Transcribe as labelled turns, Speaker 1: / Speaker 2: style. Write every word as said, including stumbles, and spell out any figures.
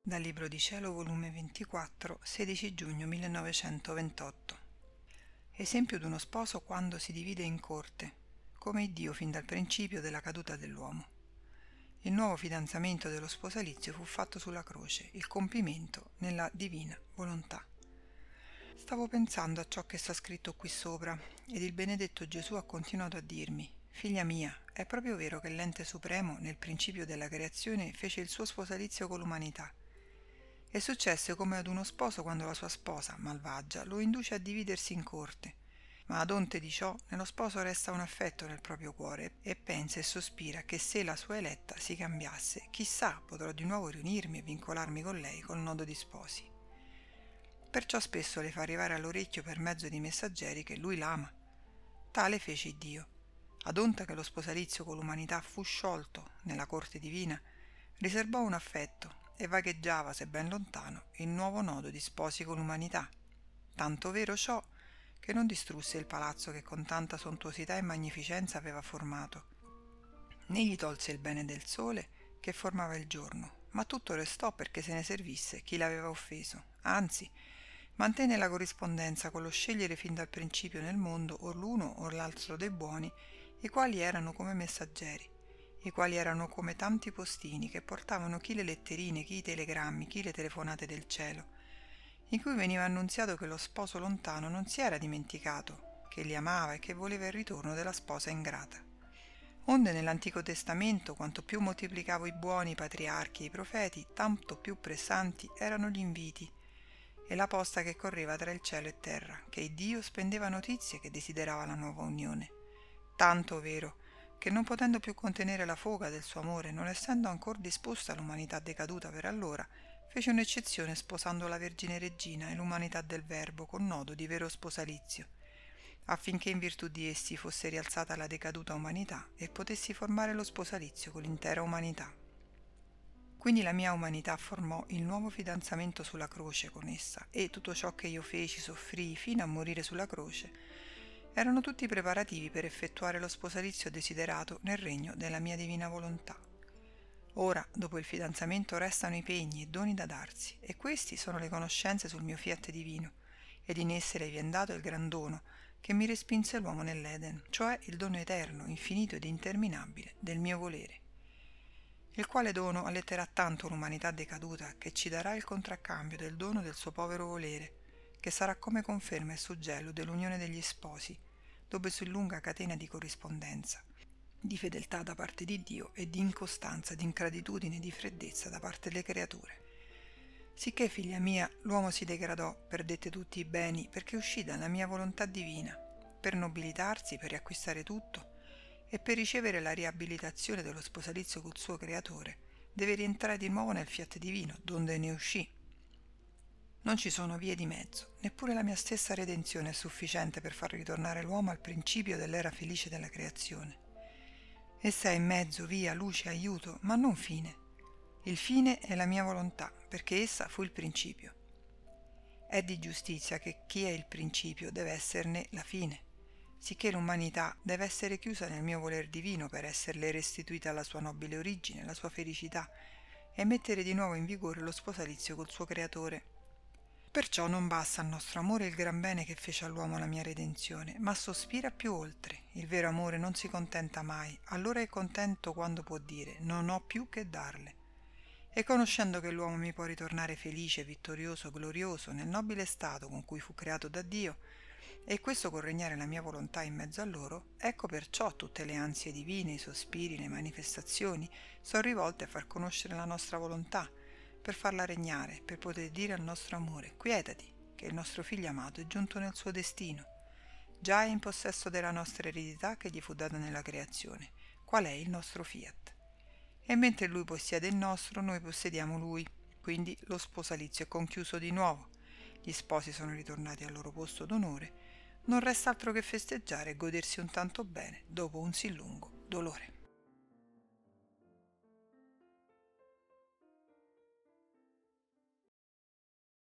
Speaker 1: Dal Libro di Cielo, volume ventiquattro, sedici giugno millenovecentoventotto. Esempio d'uno sposo quando si divide in corte, come Dio fin dal principio della caduta dell'uomo. Il nuovo fidanzamento dello sposalizio fu fatto sulla croce, il compimento nella divina volontà. Stavo pensando a ciò che sta scritto qui sopra, ed il benedetto Gesù ha continuato a dirmi: «Figlia mia, è proprio vero che l'ente supremo, nel principio della creazione, fece il suo sposalizio con l'umanità. E successe come ad uno sposo quando la sua sposa, malvagia, lo induce a dividersi in corte. Ma ad onte di ciò, nello sposo resta un affetto nel proprio cuore e pensa e sospira che se la sua eletta si cambiasse, chissà, potrò di nuovo riunirmi e vincolarmi con lei col nodo di sposi. Perciò spesso le fa arrivare all'orecchio per mezzo di messaggeri che lui l'ama. Tale fece Dio. Ad onta che lo sposalizio con l'umanità fu sciolto nella corte divina, riservò un affetto e vagheggiava, se ben lontano, il nuovo nodo di sposi con l'umanità. Tanto vero ciò che non distrusse il palazzo che con tanta sontuosità e magnificenza aveva formato, né gli tolse il bene del sole che formava il giorno, ma tutto restò perché se ne servisse chi l'aveva offeso. Anzi, mantenne la corrispondenza con lo scegliere fin dal principio nel mondo or l'uno or l'altro dei buoni, i quali erano come messaggeri, i quali erano come tanti postini che portavano chi le letterine, chi i telegrammi, chi le telefonate del cielo, in cui veniva annunziato che lo sposo lontano non si era dimenticato, che li amava e che voleva il ritorno della sposa ingrata. Onde nell'Antico Testamento, quanto più moltiplicavo i buoni, i patriarchi e i profeti, tanto più pressanti erano gli inviti e la posta che correva tra il cielo e terra, che Dio spendeva notizie che desiderava la nuova unione. Tanto vero che non potendo più contenere la foga del suo amore, non essendo ancor disposta l'umanità decaduta per allora, fece un'eccezione sposando la Vergine Regina e l'umanità del Verbo con nodo di vero sposalizio, affinché in virtù di essi fosse rialzata la decaduta umanità e potessi formare lo sposalizio con l'intera umanità. Quindi la mia umanità formò il nuovo fidanzamento sulla croce con essa, e tutto ciò che io feci, soffrii fino a morire sulla croce, erano tutti preparativi per effettuare lo sposalizio desiderato nel regno della mia divina volontà. Ora, dopo il fidanzamento, restano i pegni e doni da darsi, e questi sono le conoscenze sul mio fiat divino, ed in esse le vien dato il gran dono che mi respinse l'uomo nell'Eden, cioè il dono eterno, infinito ed interminabile del mio volere, il quale dono alletterà tanto l'umanità decaduta che ci darà il contraccambio del dono del suo povero volere, che sarà come conferma e suggello dell'unione degli sposi, dove su lunga catena di corrispondenza, di fedeltà da parte di Dio e di incostanza, di increditudine e di freddezza da parte delle creature. Sicché, figlia mia, l'uomo si degradò, perdette tutti i beni, perché uscì dalla mia volontà divina, per nobilitarsi, per riacquistare tutto, e per ricevere la riabilitazione dello sposalizio col suo creatore, deve rientrare di nuovo nel fiat divino, donde ne uscì. Non ci sono vie di mezzo, neppure la mia stessa redenzione è sufficiente per far ritornare l'uomo al principio dell'era felice della creazione. Essa è in mezzo, via, luce, aiuto, ma non fine. Il fine è la mia volontà, perché essa fu il principio. È di giustizia che chi è il principio deve esserne la fine, sicché l'umanità deve essere chiusa nel mio voler divino per esserle restituita alla sua nobile origine, la sua felicità, e mettere di nuovo in vigore lo sposalizio col suo creatore. Perciò non basta al nostro amore il gran bene che fece all'uomo la mia redenzione, ma sospira più oltre. Il vero amore non si contenta mai, allora è contento quando può dire «non ho più che darle». E conoscendo che l'uomo mi può ritornare felice, vittorioso, glorioso nel nobile stato con cui fu creato da Dio, e questo con regnare la mia volontà in mezzo a loro, ecco perciò tutte le ansie divine, i sospiri, le manifestazioni sono rivolte a far conoscere la nostra volontà, per farla regnare, per poter dire al nostro amore «quietati, che il nostro figlio amato è giunto nel suo destino, già è in possesso della nostra eredità che gli fu data nella creazione, qual è il nostro fiat. E mentre lui possiede il nostro, noi possediamo lui, quindi lo sposalizio è conchiuso di nuovo, gli sposi sono ritornati al loro posto d'onore, non resta altro che festeggiare e godersi un tanto bene dopo un sì lungo dolore».